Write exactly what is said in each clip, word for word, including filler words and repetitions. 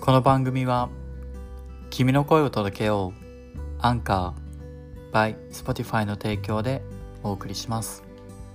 この番組は君の声を届けようアンカー by Spotify の提供でお送りします。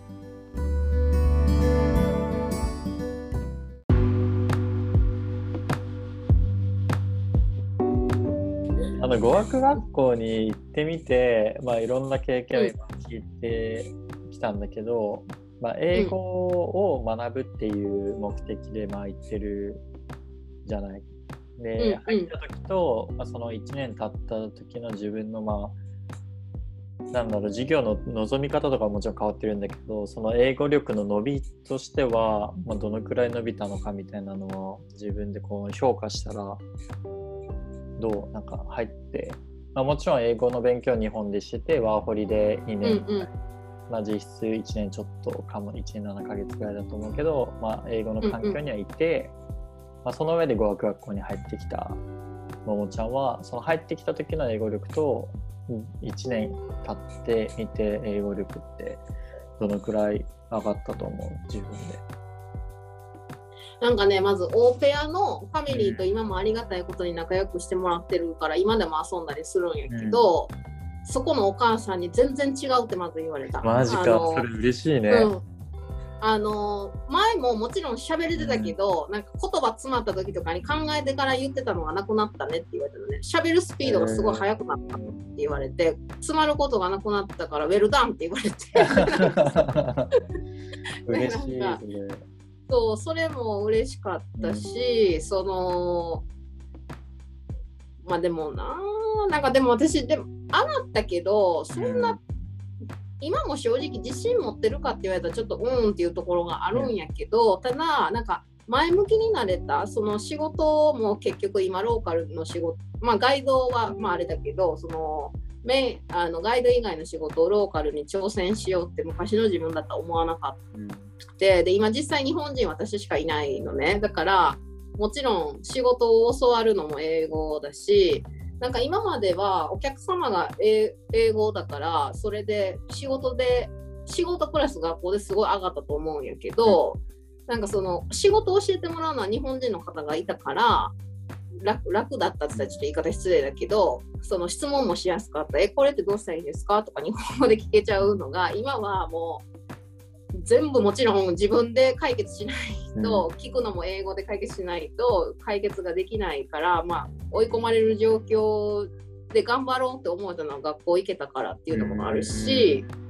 あの語学学校に行ってみて、まあ、いろんな経験を今聞いてきたんだけど、まあ、英語を学ぶっていう目的でまあ行ってるじゃない。で、入った時と、まあ、そのいちねん経った時の自分のまあなんだろう授業の望み方とかはもちろん変わってるんだけど、その英語力の伸びとしては、まあ、どのくらい伸びたのかみたいなのを自分でこう評価したらどうなんか入って、まあ、もちろん英語の勉強を日本でしててワーホリでにねん、うんうんまあ、実質いちねんちょっとかもいちねんななかげつぐらいだと思うけど、まあ、英語の環境にはいて、うんうんまあ、その上で語学学校に入ってきたももちゃんはその入ってきた時の英語力といちねん経ってみて英語力ってどのくらい上がったと思う自分で。 なんかね、まずオーペアのファミリーと今もありがたいことに仲良くしてもらってるから今でも遊んだりするんやけど、うん、そこのお母さんに全然違うってまず言われた。 マジか、それ嬉しいね。 うん、あの前ももちろん喋れてたけど、うん、なんか言葉詰まった時とかに考えてから言ってたのがなくなったねって言われたのね。喋るスピードがすごい速くなったって言われて、詰まることがなくなったからウェルダンって言われて嬉しいね。 そう、それも嬉しかったし、うん、そのまあでもななんかでも私でも上がったけどそんな、うん、今も正直自信持ってるかって言われたらちょっとうんっていうところがあるんやけど、うん、ただなんか前向きになれたその仕事も結局今ローカルの仕事まあガイドはまああれだけどそのメあのガイド以外の仕事をローカルに挑戦しようって昔の自分だったら思わなかった、うんで今実際日本人私しかいないのね。だからもちろん仕事を教わるのも英語だしなんか今まではお客様が英語だからそれで仕事で仕事プラス学校ですごい上がったと思うんやけど、うん、なんかその仕事を教えてもらうのは日本人の方がいたから楽, 楽だったって言ったらちょっと言い方失礼だけどその質問もしやすかった。えこれってどうしたらいいですかとか日本語で聞けちゃうのが今はもう全部もちろん自分で解決しないと、うん、聞くのも英語で解決しないと解決ができないから、まあ、追い込まれる状況で頑張ろうって思えたのは学校行けたからっていうのもあるし、うん、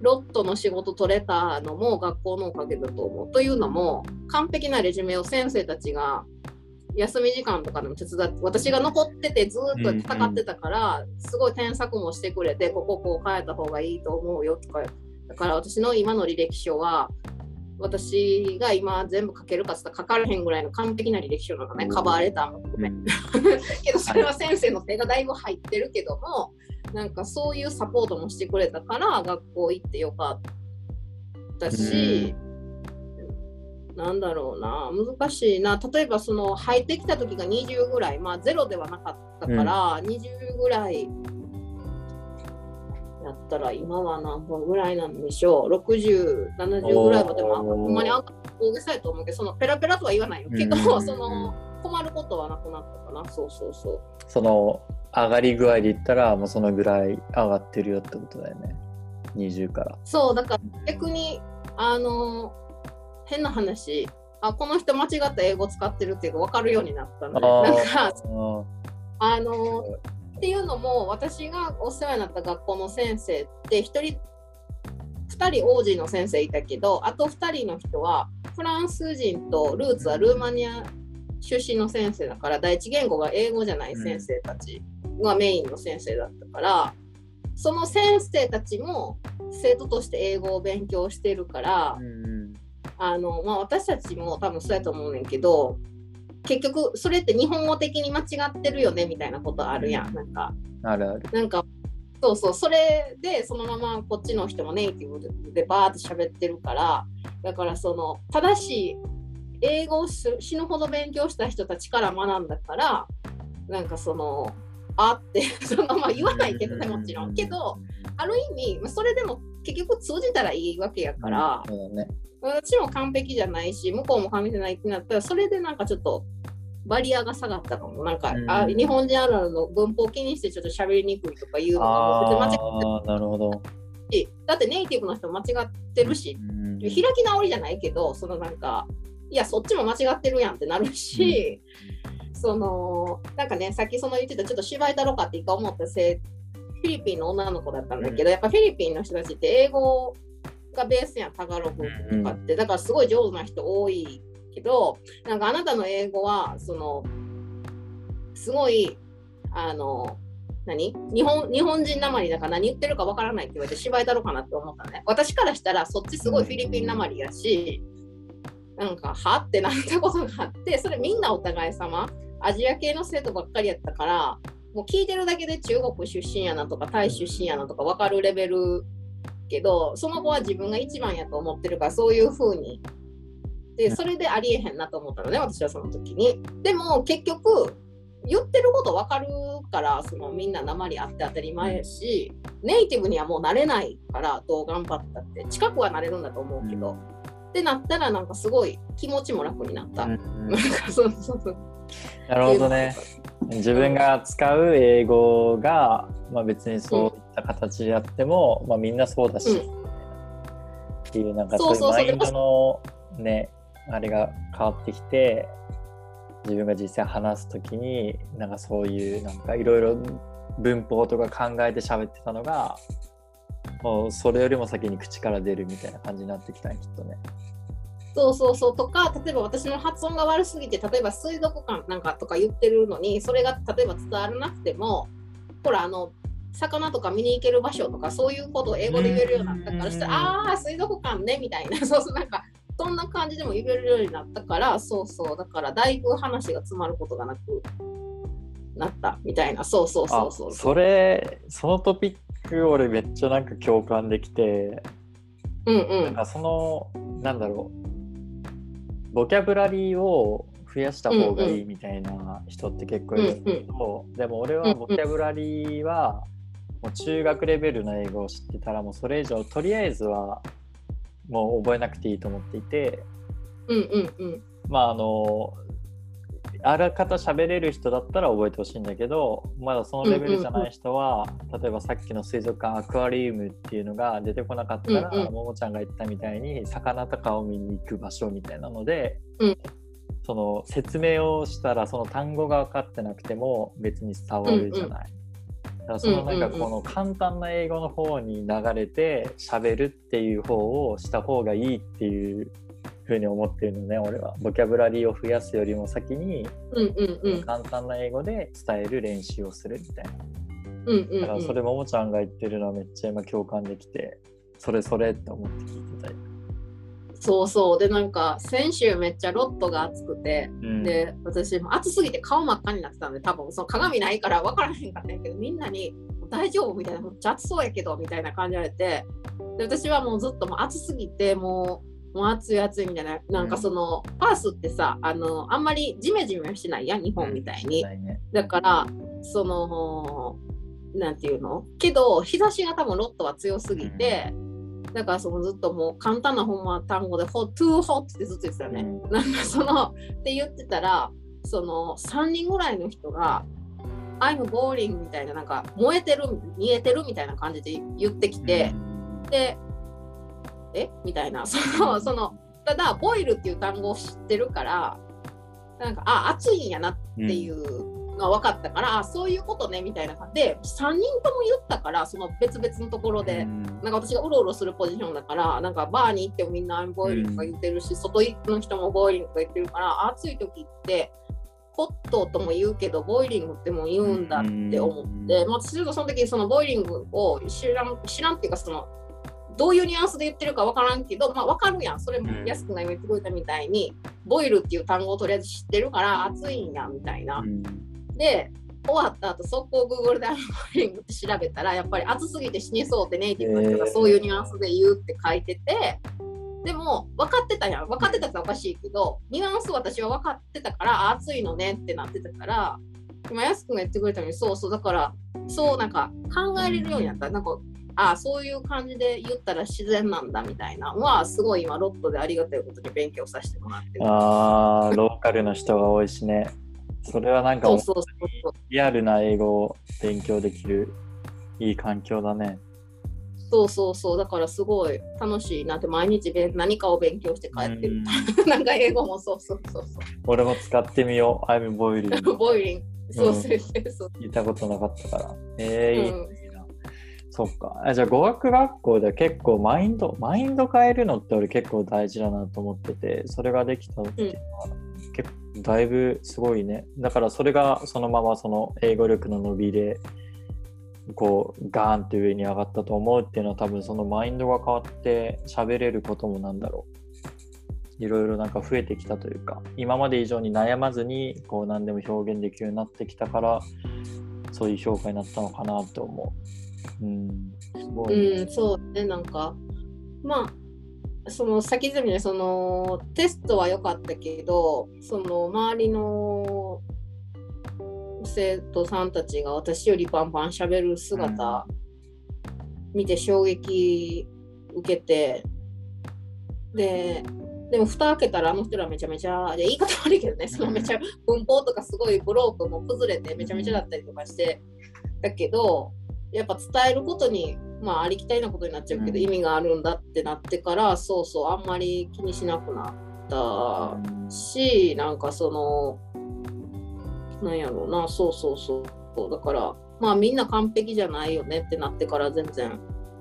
ロットの仕事取れたのも学校のおかげだと思う。というのも完璧なレジュメを先生たちが休み時間とかでも手伝って私が残っててずっと戦ってたから、うんうん、すごい添削もしてくれてこここう変えた方がいいと思うよとかだから私の今の履歴書は私が今全部書けるかつったら書かれへんぐらいの完璧な履歴書なのね。カバーレターも含め、うん、けどそれは先生の手がだいぶ入ってるけどもなんかそういうサポートもしてくれたから学校行ってよかったし、うん、なんだろうな難しいな。例えばその入ってきた時がにじゅうぐらいまあゼロではなかったから、うん、にじゅうぐらいだったら今は何本ぐらいなんでしょう。ろくじゅう、ななじゅうぐらいまでもほんまに大げさいと思うけどそのペラペラとは言わないよけど、うん、その困ることはなくなったかな。そうそうそう。 その上がり具合で言ったらもうそのぐらい上がってるよってことだよね。にじゅうから。 そうだから逆にあの変な話あこの人間違った英語使ってるっていうか分かるようになったので、ね、なんかあのっていうのも私がお世話になった学校の先生ってひとりふたり王子の先生いたけどあとふたりの人はフランス人とルーツはルーマニア出身の先生だから第一言語が英語じゃない先生たちがメインの先生だったからその先生たちも生徒として英語を勉強してるからあの、まあ、私たちも多分そうやと思うねんけど結局それって日本語的に間違ってるよねみたいなことあるやん。なんかあるあるなんかそうそうそれでそのままこっちの人もネイティブでバーって喋ってるからだからその正しい英語を死ぬほど勉強した人たちから学んだからなんかそのあってそのまま言わないけどねもちろんけどある意味それでも結局通じたらいいわけやから、うんそうだね、私も完璧じゃないし向こうも完璧じゃないってなったらそれでなんかちょっとバリアが下がったかも。なんか、 うん、 あ日本人あるあるの文法を気にしてちょっと喋りにくいとかいうのが別に間違ってなるほど。 だってネイティブの人間違ってるし、うん、開き直りじゃないけど、そのなんかいやそっちも間違ってるやんってなるし、うん、そのなんかねさっきその言ってたちょっと芝居だろうかって一回思ったせフィリピンの女の子だったんだけど、うん、やっぱフィリピンの人たちって英語がベースやんタガログとかって、だからすごい上手な人多いけど、なんかあなたの英語はそのすごいあの何日本日本人なまりだから何言ってるかわからないって言われて芝居だろうかなって思ったね。私からしたらそっちすごいフィリピンなまりやし、なんかはってなったことがあって、それみんなお互い様アジア系の生徒ばっかりやったから、もう聞いてるだけで中国出身やなとかタイ出身やなとか分かるレベルけど、その子は自分が一番やと思ってるから、そういう風にでそれでありえへんなと思ったのね、私はその時に。でも結局言ってること分かるから、そのみんな訛りあって当たり前やし、ネイティブにはもうなれないから、どう頑張ったって近くはなれるんだと思うけど、うん、ってなったらなんかすごい気持ちも楽になった、うん、なんかそうそうそう。 なるほどね。自分が使う英語が、まあ、別にそういった形であっても、うん、まあ、みんなそうだし、うん、っていうなんかそういうマインドのねあれが変わってきて、自分が実際話すときになんかそういうなんかいろいろ文法とか考えて喋ってたのが、もうそれよりも先に口から出るみたいな感じになってきたね、きっとね。 そうそうそうとか、例えば私の発音が悪すぎて、例えば水族館なんかとか言ってるのに、それが例えば伝わらなくても、ほらあの魚とか見に行ける場所とかそういうことを英語で言えるようになったから、したらああ水族館ねみたいな、そうそう、なんかそんな感じでも言えるようになったから、そうそう、だからだいぶ話が詰まることがなくなったみたいな。そうそうそうそう。 それそのトピック俺めっちゃなんか共感できて、 うんうん、 なんかそのなんだろう、ボキャブラリーを増やした方がいいみたいな人って結構いるんだけど、うんうん、でも俺はボキャブラリーはもう中学レベルの英語を知ってたらもうそれ以上とりあえずはもう覚えなくていいと思っていて、 うんうんうん、 まああのあらかた喋れる人だったら覚えてほしいんだけど、まだそのレベルじゃない人は、うんうんうん、例えばさっきの水族館アクアリウムっていうのが出てこなかったら、うんうん、ももちゃんが言ったみたいに魚とかを見に行く場所みたいなので、 うん、 その説明をしたらその単語が分かってなくても別に伝わるじゃない、うんうん、だからそのなんかこの簡単な英語の方に流れて喋るっていう方をした方がいいっていうふうに思ってるのね、俺は。ボキャブラリーを増やすよりも先に、 うんうんうん、 簡単な英語で伝える練習をするみたいな、 うんうんうん、 だからそれももちゃんが言ってるのはめっちゃ今共感できて、それそれって思って聞いてたり。 そうそうで、なんか先週めっちゃロットが暑くて、うん、で私も暑すぎて顔真っ赤になってたんで、多分その鏡ないから分からへんかったんやけど、みんなに大丈夫みたいな、めっちゃ暑そうやけどみたいな感じられて、で私はもうずっともう暑すぎてもうもう暑い暑いみたいな、なんかその、うん、パースってさ、あのあんまりジメジメしてないやん日本みたいに、うんね、だからそのなんていうのけど日差しが多分ロットは強すぎて、うん、だからそのずっともう簡単なほんま単語でホトゥーホッってずっと言ってたよね、うん、なんかそのって言ってたら、そのさんにんぐらいの人がI'm boring みたいな、なんか燃えてる見えてるみたいな感じで言ってきて、うん、でえみたいな、そのそのただボイルっていう単語を知ってるから、なんかあ暑いんやなっていうのが分かったから、うん、あそういうことねみたいな感じでさんにんとも言ったから、その別々のところで、うん、なんか私がうろうろするポジションだから、なんかバーに行ってもみんなボイルとか言ってるし、うん、外の人もボイリングとか言ってるから、暑い時ってホットとも言うけどボイリングっても言うんだって思って、うん、まあ、私はその時そのボイリングを知らん知らんっていうか、そのどういうニュアンスで言ってるか分からんけど、まあ、分かるやん。それも安くが言ってくれたみたいに、ボイルっていう単語をとりあえず知ってるから暑いんやみたいな、うん、で終わった後速攻 Google でボイリングって調べたら、やっぱり暑すぎて死にそうってネイティブの人がそういうニュアンスで言うって書いてて、でも分かってたやん。分かってたっておかしいけど、ニュアンス私は分かってたから暑いのねってなってたから、今安くが言ってくれたのに、そうそう、だからそうなんか考えれるようになった。なんかああそういう感じで言ったら自然なんだみたいなのは、すごい今ロットでありがたいことに勉強させてもらってる。 あーローカルの人が多いしね。 それはなんかそうそうそうそう。 リアルな英語を勉強できるいい環境だね。 そうそうそう。だからすごい楽しいなって、毎日べ何かを勉強して帰ってる。なんか英語もそうそうそうそう。 俺も使ってみよう。I'm boiling。 ボイリング。そうそうそう。 聞いたことなかったから。えー、いいな、 うんいいな。そっか。あ、じゃあ語学学校で結構マインド、マインド変えるのって俺結構大事だなと思ってて、それができたっていうのは、結構だいぶすごいね。だからそれがそのままその英語力の伸びで、こうガーンって上に上がったと思うっていうのは多分そのマインドが変わって喋れることもなんだろう。いろいろなんか増えてきたというか、今まで以上に悩まずにこう何でも表現できるようになってきたから、そういう評価になったのかなと思う。うん、すごい、ね。 うん、そうね、なんか、まあ、その先々でそのテストは良かったけど、その周りの生徒さんたちが私よりバンバン喋る姿見て衝撃受けて、で、でも蓋開けたらあの人らめちゃめちゃ、言い方悪いけどね、そのめちゃ文法とかすごいブロークも崩れてめちゃめちゃだったりとかして、だけどやっぱ伝えることに、まあありきたりなことになっちゃうけど、意味があるんだってなってから、そうそうあんまり気にしなくなったし、なんかそのなんやろうな、そうそうそうだから、まあみんな完璧じゃないよねってなってから全然。 うん。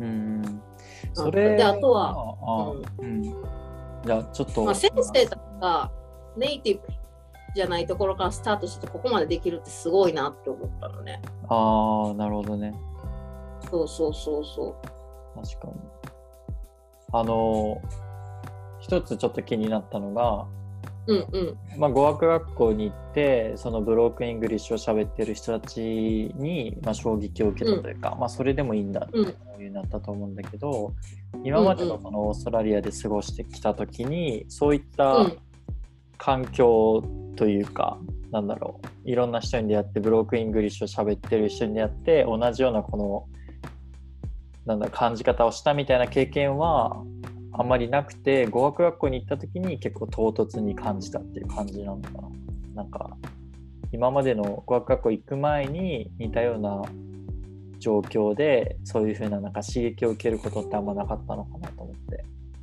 それで、あとは、 ああ、うん、じゃあちょっと、 まあ、先生たちがネイティブじゃないところからスタートしてここまでできるってすごいなって思ったのね。 ああ、なるほどね。 そうそうそうそう。 確かに。あの一つちょっと気になったのが、 うんうんまあ、語学学校に行ってそのブロークンイングリッシュを喋ってる人たちに、まあ、衝撃を受けたというか、うん、まあ、それでもいいんだっていうふうになったと思うんだけど、うん、今までのそのオーストラリアで過ごしてきた時にそういった環境というか、うん、なんだろう、いろんな人に出会ってブロークンイングリッシュを喋ってる人に出会って同じようなこのなんだ感じ方をしたみたいな経験はあんまりなくて、語学学校に行った時に結構唐突に感じたっていう感じなのかな。なんか今までの語学学校行く前に似たような状況でそういう風ななんか刺激を受けることってあんまなかったのかなと思って、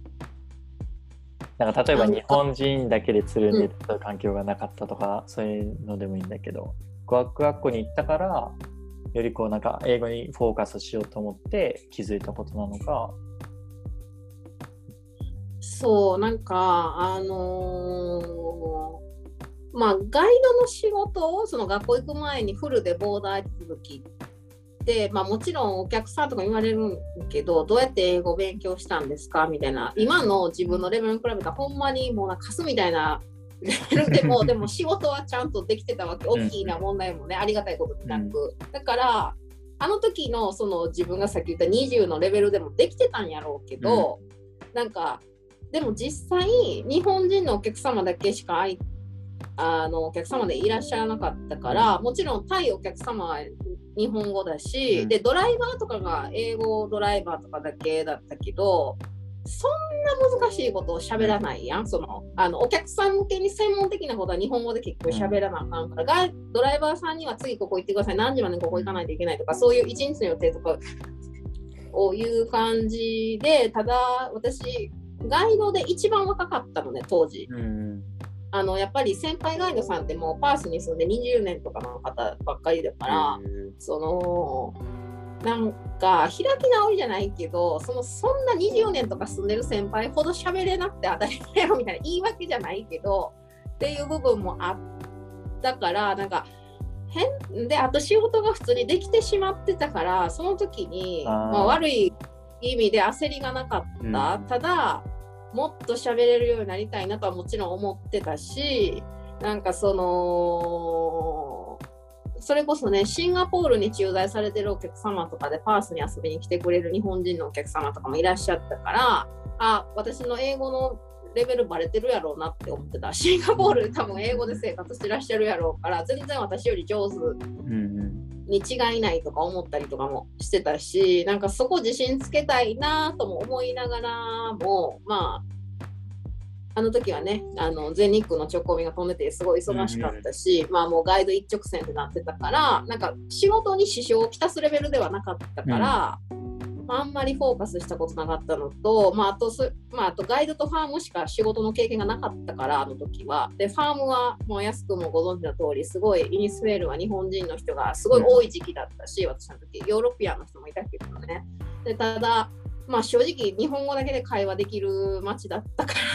なんか例えば日本人だけでつるんでた環境がなかったとか、そういうのでもいいんだけど、語学学校に行ったからよりこうなんか英語にフォーカスしようと思って気づいたことなのか。 そう、なんかあのー、まあガイドの仕事をその学校行く前にフルでボーダー手続きで、まあもちろんお客さんとか言われるんけど、どうやって英語勉強したんですかみたいな、今の自分のレベルに比べたらほんまにもうなんかカスみたいなレベルでもでも仕事はちゃんとできてたわけ。大きな問題もね、ありがたいことなく、だからあの時のその自分がさっき言ったにじゅうのレベルでもできてたんやろうけど、うん、なんかでも実際日本人のお客様だけしかあのお客様でいらっしゃらなかったから、もちろん対お客様は日本語だし、うん、でドライバーとかが英語ドライバーとかだけだったけど、そんな難しいことを喋らないやん。そのあのお客さん向けに専門的なことは日本語で結構喋らなあかんから、うん、ドライバーさんには次ここ行ってください、何時までここ行かないといけないとか、そういう一日の予定とかをいう感じで、ただ私ガイドで一番若かったのね当時、うん、あのやっぱり先輩ガイドさんってもうパースに住んでにじゅうねんとかの方ばっかりだから、うん、そのなんか開き直りじゃないけど、そのそんなにじゅうねんとか住んでる先輩ほど喋れなくて当たり前やろみたいな言い訳じゃないけどっていう部分もあったから、なんか変で、あと仕事が普通にできてしまってたから、その時にあ、まあ、悪い意味で焦りがなかった、うん、ただもっと喋れるようになりたいなとはもちろん思ってたし、なんかそのそれこそね、シンガポールに駐在されてるお客様とかでパースに遊びに来てくれる日本人のお客様とかもいらっしゃったから、あ、私の英語のレベルバレてるやろうなって思ってた。シンガポールで多分英語で生活してらっしゃるやろうから、全然私より上手に違いないとか思ったりとかもしてたし、なんかそこ自信つけたいなとも思いながらも、まああの時はね、あの全日空の直行便が飛んでてすごい忙しかったし、うん、まあもうガイド一直線ってなってたから、なんか仕事に支障をきたすレベルではなかったから、うんまあ、あんまりフォーカスしたことなかったのと、まああとす、まあ、あとガイドとファームしか仕事の経験がなかったから、あの時は。で、ファームはもう安くもご存知の通り、すごいイニスフェールは日本人の人がすごい多い時期だったし、うん、私の時、ヨーロピアンの人もいたけどね。で、ただ、まあ正直日本語だけで会話できる街だったから、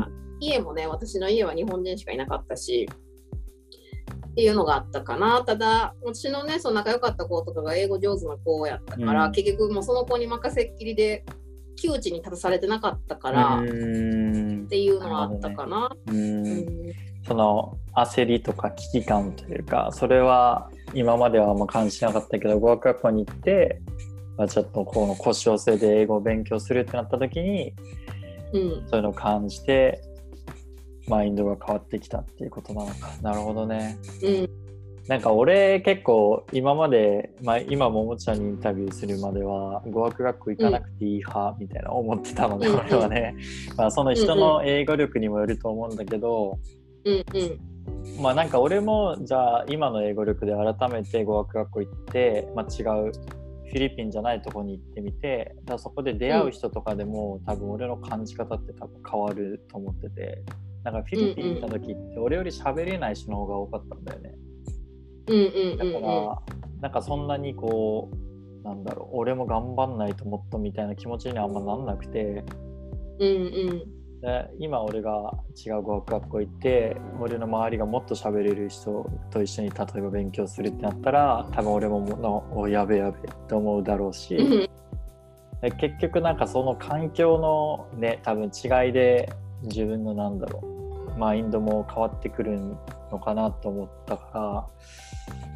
うん、家もね、私の家は日本人しかいなかったしっていうのがあったかな。ただ私のね、その仲良かった子とかが英語上手な子やったから、うん、結局もうその子に任せっきりで窮地に立たされてなかったからっていうのがあったかな。 うんうんうん、その焦りとか危機感というか、それは今まではあんま感じなかったけど、語学学校に行ってまあ、ちょっとこの腰を据えて英語を勉強するってなった時に、うん、そういうのを感じてマインドが変わってきたっていうことなのか。なるほどね、うん、なんか俺結構今まで、まあ、今ももちゃんにインタビューするまでは語学学校行かなくていい派みたいな思ってたので、うん、俺はね、まあ、その人の英語力にもよると思うんだけど、うんうん、まあなんか俺もじゃあ今の英語力で改めて語学学校行って、まあ、違うフィリピンじゃないとこに行ってみて、だからそこで出会う人とかでも、うん、多分俺の感じ方って多分変わると思ってて、なんかフィリピン行った時って俺より喋れない人の方が多かったんだよね、うんうんうんうん、だからなんかそんなにこうなんだろう、俺も頑張んないともっとみたいな気持ちにはあんまなんなくて、うんうんで今俺が違う語学学校行って俺の周りがもっと喋れる人と一緒に例えば勉強するってなったら多分俺ものおやべやべって思うだろうし、うん、で結局なんかその環境のね多分違いで自分のなんだろうマインドも変わってくるのかなと思ったから、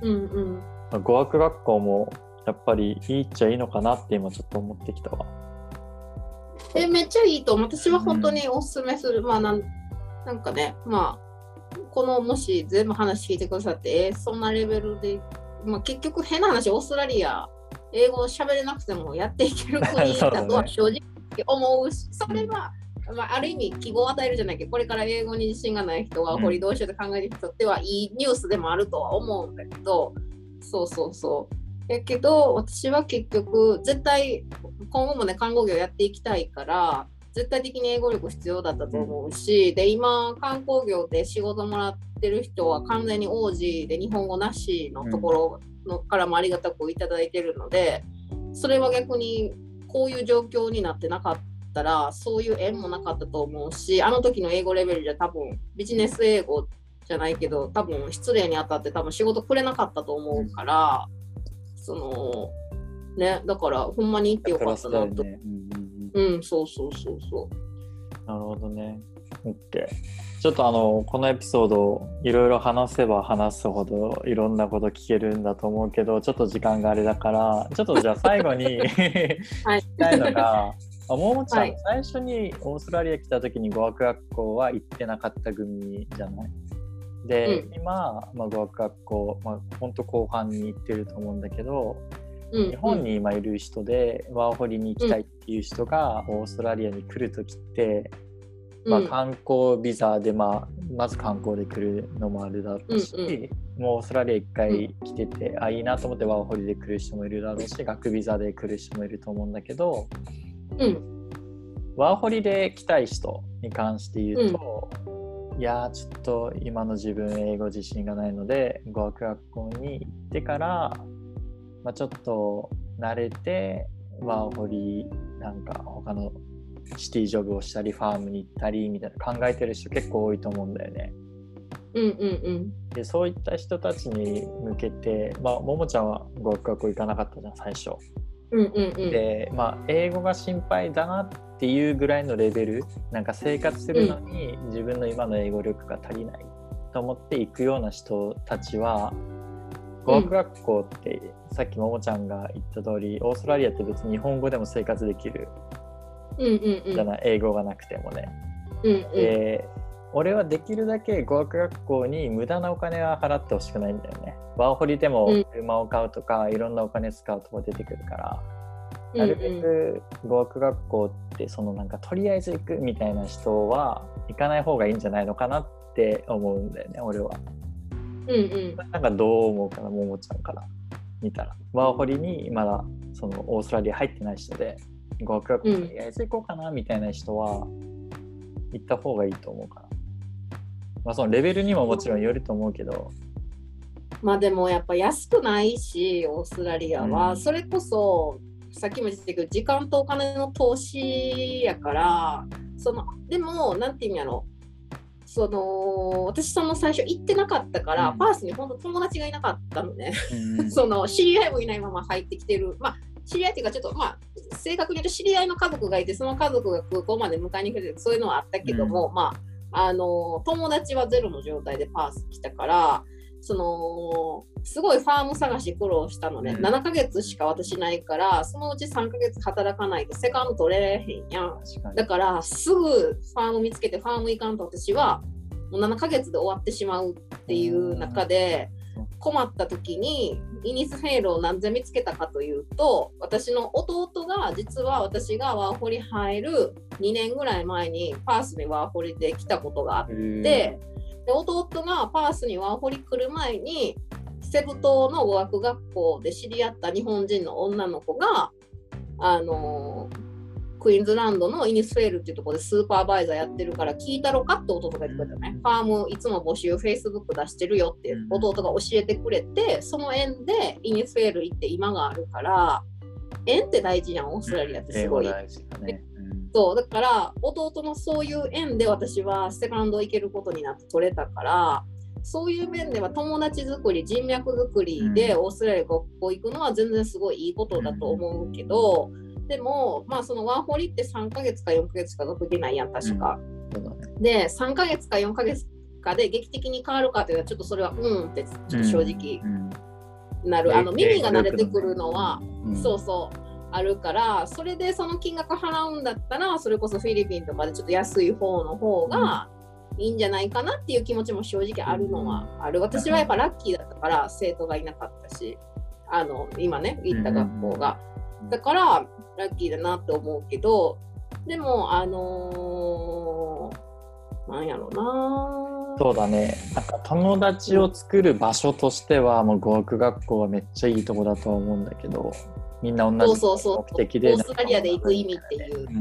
うんうん、語学学校もやっぱりいいっちゃいいのかなって今ちょっと思ってきたわ。 えめっちゃいいと思う。私は本当におすすめする、うん、まあなんなんかね、まあこのもし全部話聞いてくださって、えー、そんなレベルで、まあ、結局変な話オーストラリア英語喋れなくてもやっていける国だとは正直思うし、それは、まあ、ある意味希望を与えるじゃないけど、これから英語に自信がない人は掘りどうしようと考えてる人ってはいいニュースでもあるとは思うんだけど、そうそうそうやけど私は結局絶対今後もね看護業やっていきたいから絶対的に英語力必要だったと思うし、で今観光業で仕事もらってる人は完全に オージー で日本語なしのところのからもありがたくいただいてるので、それは逆にこういう状況になってなかったらそういう縁もなかったと思うし、あの時の英語レベルじゃ多分ビジネス英語じゃないけど多分失礼にあたって多分仕事くれなかったと思うから、そのね、だからほんまに行ってよかったなと、ね、うん、うん、うん、そうそうそうそうなるほどね。 OK。 ちょっとあのこのエピソードいろいろ話せば話すほどいろんなこと聞けるんだと思うけどちょっと時間があれだからちょっとじゃあ最後に聞きたいのがももちゃん、はい、最初にオーストラリア来た時に語学学校は行ってなかった組じゃないで、うん、今、まあ、語学学校、まあ、ほんと後半に行ってると思うんだけど、うん、日本に今いる人でワーホリに行きたいっていう人がオーストラリアに来るときって、うんまあ、観光ビザで、まあ、まず観光で来るのもあるだろうし、うんうん、もうオーストラリア一回来てて、うん、あいいなと思ってワーホリで来る人もいるだろうし学ビザで来る人もいると思うんだけど、うん、ワーホリで来たい人に関して言うと、うん、いやちょっと今の自分英語自信がないので語学学校に行ってから、まあ、ちょっと慣れてワーホリなんか他のシティジョブをしたりファームに行ったりみたいな考えてる人結構多いと思うんだよね。うんうんうん、でそういった人たちに向けて、まあ、ももちゃんは語学学校行かなかったじゃん最初、うんうんうん、で、まあ、英語が心配だなっていうぐらいのレベルなんか生活するのに、うん、自分の今の英語力が足りないと思って行くような人たちは語学学校って、うん、さっきももちゃんが言った通りオーストラリアって別に日本語でも生活できる、うんうんうん、じゃない英語がなくてもね、うんうん、で俺はできるだけ語学学校に無駄なお金は払ってほしくないんだよね。ワーホリでも車を買うとか、うん、いろんなお金使うとこ出てくるから、 なるべく語学学校ってそのなんかとりあえず行くみたいな人は行かない方がいいんじゃないのかなって思うんだよね、俺は。 うんうん。 なんかどう思うかな、ももちゃんから見たら。ワーホリにまだそのオーストラリア入ってない人で語学学校とりあえず行こうかなみたいな人は行った方がいいと思うかな。まあそのレベルにももちろんよると思うけど。 まあでもやっぱ安くないし、オーストラリアは、うん、それこそさっきも言ったけど時間とお金の投資やから、そのでもなんていうんやろ、その私その最初行ってなかったから、うん、パースに本当友達がいなかったのね、うん、その知り合いもいないまま入ってきてる、まあ知り合いっていうかちょっとまあ正確に言うと知り合いの家族がいて、その家族が空港まで迎えに来てそういうのはあったけども、うん、まああの友達はゼロの状態でパース来たから、そのすごいファーム探し苦労したのね、うん、ななかげつしか私ないから、そのうちさんかげつ働かないとセカンド取れへんやん。だからすぐファーム見つけてファーム行かんと私はもうななかげつで終わってしまうっていう中で、困った時にイニスフェールを何で見つけたかというと、私の弟が実は私がワーホリ入るにねんぐらい前にパースにワーホリで来たことがあって、で弟がパースにワーホリ来る前にセブ島の語学学校で知り合った日本人の女の子があのクイーンズランドのイニスフェールっていうところでスーパーバイザーやってるから聞いたろかって弟が言ってくれたね。ファームいつも募集 Facebook 出してるよって弟が教えてくれて、その縁でイニスフェール行って今があるから、縁って大事やん、オーストラリアってすごい。大事だね。そうだから弟のそういう縁で私はセカンド行けることになって取れたから、そういう面では友達作り、人脈作りでオーストラリア学校行くのは全然すごいいいことだと思うけど、でもまあそのワーホリってさんかげつかよんかげつしか学でないやん確か、うん、でさんかげつかよんかげつかで劇的に変わるかっていうのはちょっとそれはうんってちょっと正直なる、うんうん、あの耳が慣れてくるのは、うん、そうそうあるから、それでその金額払うんだったらそれこそフィリピンとかでちょっと安い方の方がいいんじゃないかなっていう気持ちも正直あるのはある。私はやっぱラッキーだったから生徒がいなかったし、あの今ね行った学校がだからラッキーだなって思うけど、でもあのー、なんやろうな、 そうだね、なんか友達を作る場所としてはもう語学学校はめっちゃいいとこだとは思うんだけど、みんな同じ目的でオーストラリアで行く意味っていう、うん、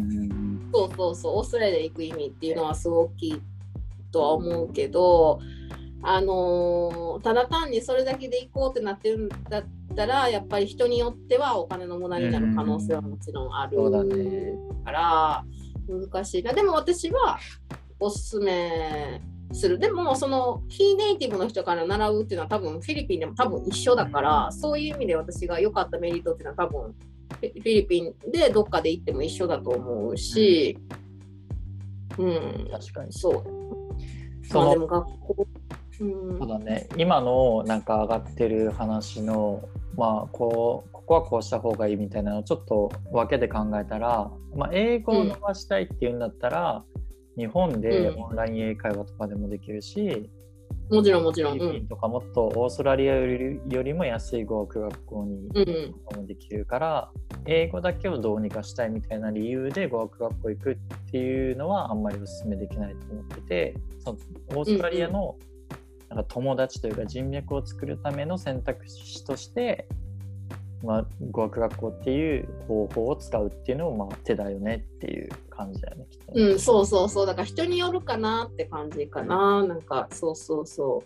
そうそうそう、オーストラリアで行く意味っていうのはすごく大きいとは思うけど、あのー、ただ単にそれだけで行こうってなってるんだったらやっぱり人によってはお金の無駄になる可能性はもちろんあるから難しいな。でも私はおすすめする。でもその非ネイティブの人から習うっていうのは多分フィリピンでも多分一緒だから、そういう意味で私が良かったメリットっていうのは多分フィリピンでどっかで行っても一緒だと思うし、うん、確かにそう。 その、まあ、でも学校、うん、そうだね、今のなんか上がってる話のまあこうここはこうした方がいいみたいなのをちょっと分けて考えたら、まあ、英語を伸ばしたいっていうんだったら、うん、日本でオンライン英会話とかでもできるし、 もちろんもちろん、 フィリピンとかもっとオーストラリアより、よりも安い語学学校にもできるから、うん、英語だけをどうにかしたいみたいな理由で語学学校行くっていうのはあんまりお勧めできないと思ってて、そのオーストラリアのなんか友達というか人脈を作るための選択肢として、まあ、語学学校っていう方法を使うっていうのもまあ手だよねっていう感じだよね、きっとね。 うん、そうそうそう、だから人によるかなって感じかな、うん、なんかそうそうそう。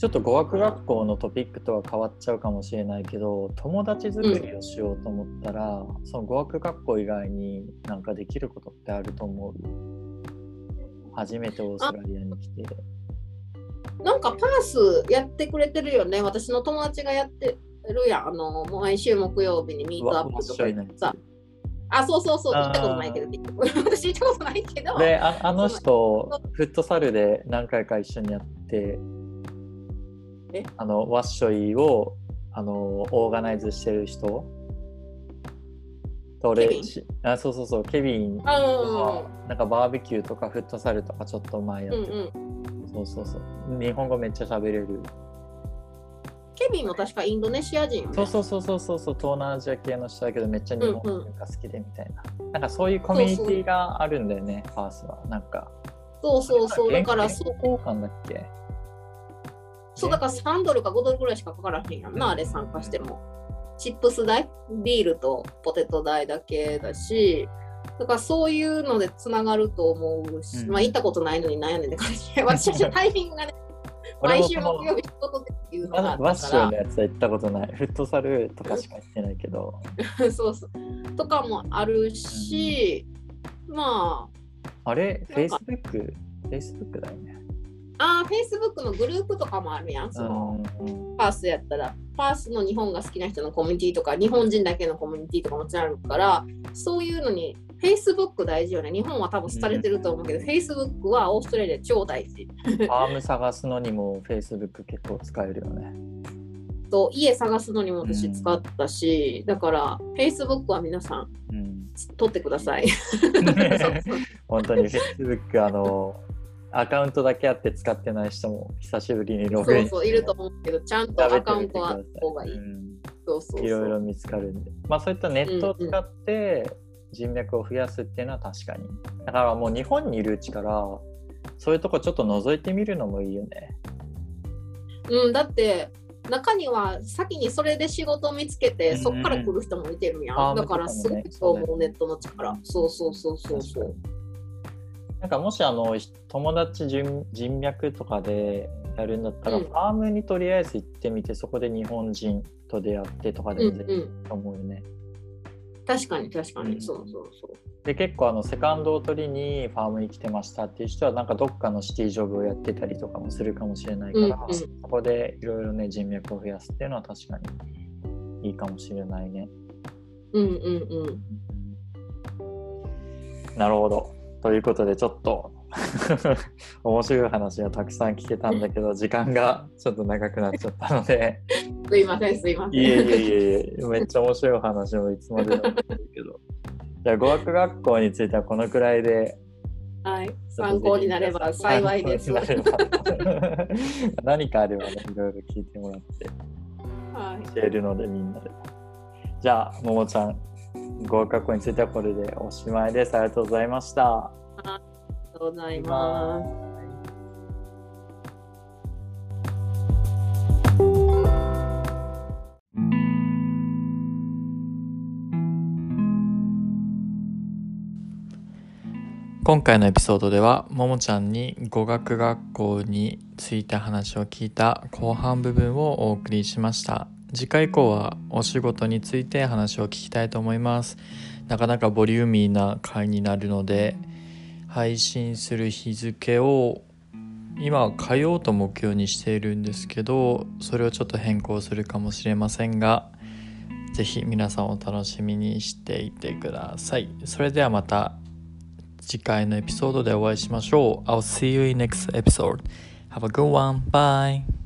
ちょっと語学学校のトピックとは変わっちゃうかもしれないけど、友達作りをしようと思ったら、うん、その語学学校以外になんかできることってあると思う？初めてオーストラリアに来て。 なんかパースやってくれてるよね。私の友達がやってるやん。あの毎週木曜日にミートアップとかさ。あ、そうそうそう、行ったことないけど、私行ったことないけど。 で、あ, あの人、フットサルで何回か一緒にやって、えあのワッショイをあのオーガナイズしてる人と俺あそうそうそうケビンがなんかバーベキューとかフットサルとかちょっと前やって、うんうん、そうそうそう日本語めっちゃ喋れるケビンも確かインドネシア人よね。 そうそうそうそうそうそう、東南アジア系の人だけどめっちゃ日本文化好きでみたいな、うんうん、なんかそういうコミュニティがあるんだよね、ファースは。なんかそうそうそう、だからそう交換だっけ。 そうだからさんドルかごドルぐらいしかかからへんやんな、あれ参加しても。チップス代、ビールとポテト代だけだし、だからそういうのでつながると思うし、うん、まあ行ったことないのに悩んでんで感じで、私はタイミングがね、毎週木曜日仕事でっていうのがあったから。 ワッシュのやつは行ったことない。フットサルとかしか行ってないけど。 そうそう。とかもあるし、うん、まあ。あれ、Facebook？ Facebook だよね。 ああ、Facebook のグループとかもあるやん。その、うん、パースやったら。パースの日本が好きな人のコミュニティとか、日本人だけのコミュニティとかもちろんあるから、そういうのに、Facebook 大事よね。日本は多分廃れてると思うけど、うん、Facebook はオーストラリア超大事。 ファーム探すのにも Facebook 結構使えるよね。 と家探すのにも私使ったし、うん、だから Facebook は皆さん、うん、取ってください。 本当に Facebook あのアカウントだけあって使ってない人も久しぶりにログインしてそうそういると思うけど、ちゃんとアカウントはあった方がいい。うん、そうそうそういろいろ見つかるんで、まあそういったネットを使って人脈を増やすっていうのは確かに。だからもう日本にいるうちからそういうとこちょっと覗いてみるのもいいよね。 うん、だって中には先にそれで仕事を見つけて、うん、そこから来る人もいてるやん。だからすごいと思う、ネットの力。そうそうそうそうそう。 なんかもしあの友達 人, 人脈とかでやるんだったら、うん、ファームにとりあえず行ってみて、そこで日本人と出会ってとかでも全然いいと思うよね。 うんうん、確かに確かに、うん、そうそうそう。 で結構あのセカンドを取りにファームに来てましたっていう人はなんかどっかのシティジョブをやってたりとかもするかもしれないから、うんうん、そこでいろいろね人脈を増やすっていうのは確かにいいかもしれないね。 うんうんうん。 なるほど。ということでちょっと面白い話がたくさん聞けたんだけど時間がちょっと長くなっちゃったのですいませんすいません。 いえいえいえめっちゃ面白い話もいつまでもできるけどじゃあ語学学校についてはこのくらいで、 はい、参考になれば幸いです。 何かあればねいろいろ聞いてもらって、はい、教えるのでみんなで。じゃあももちゃん語学学校についてはこれでおしまいです。ありがとうございました。 ありがとうございます。 今回のエピソードではももちゃんに語学学校について話を聞いた後半部分をお送りしました。次回以降はお仕事について話を聞きたいと思います。なかなかボリューミーな回になるので配信する日付を今は火曜と木曜にしているんですけど、それをちょっと変更するかもしれませんが、ぜひ皆さんお楽しみにしていてください。それではまた次回のエピソードでお会いしましょう。I'll see you in next episode. Have a good one. Bye.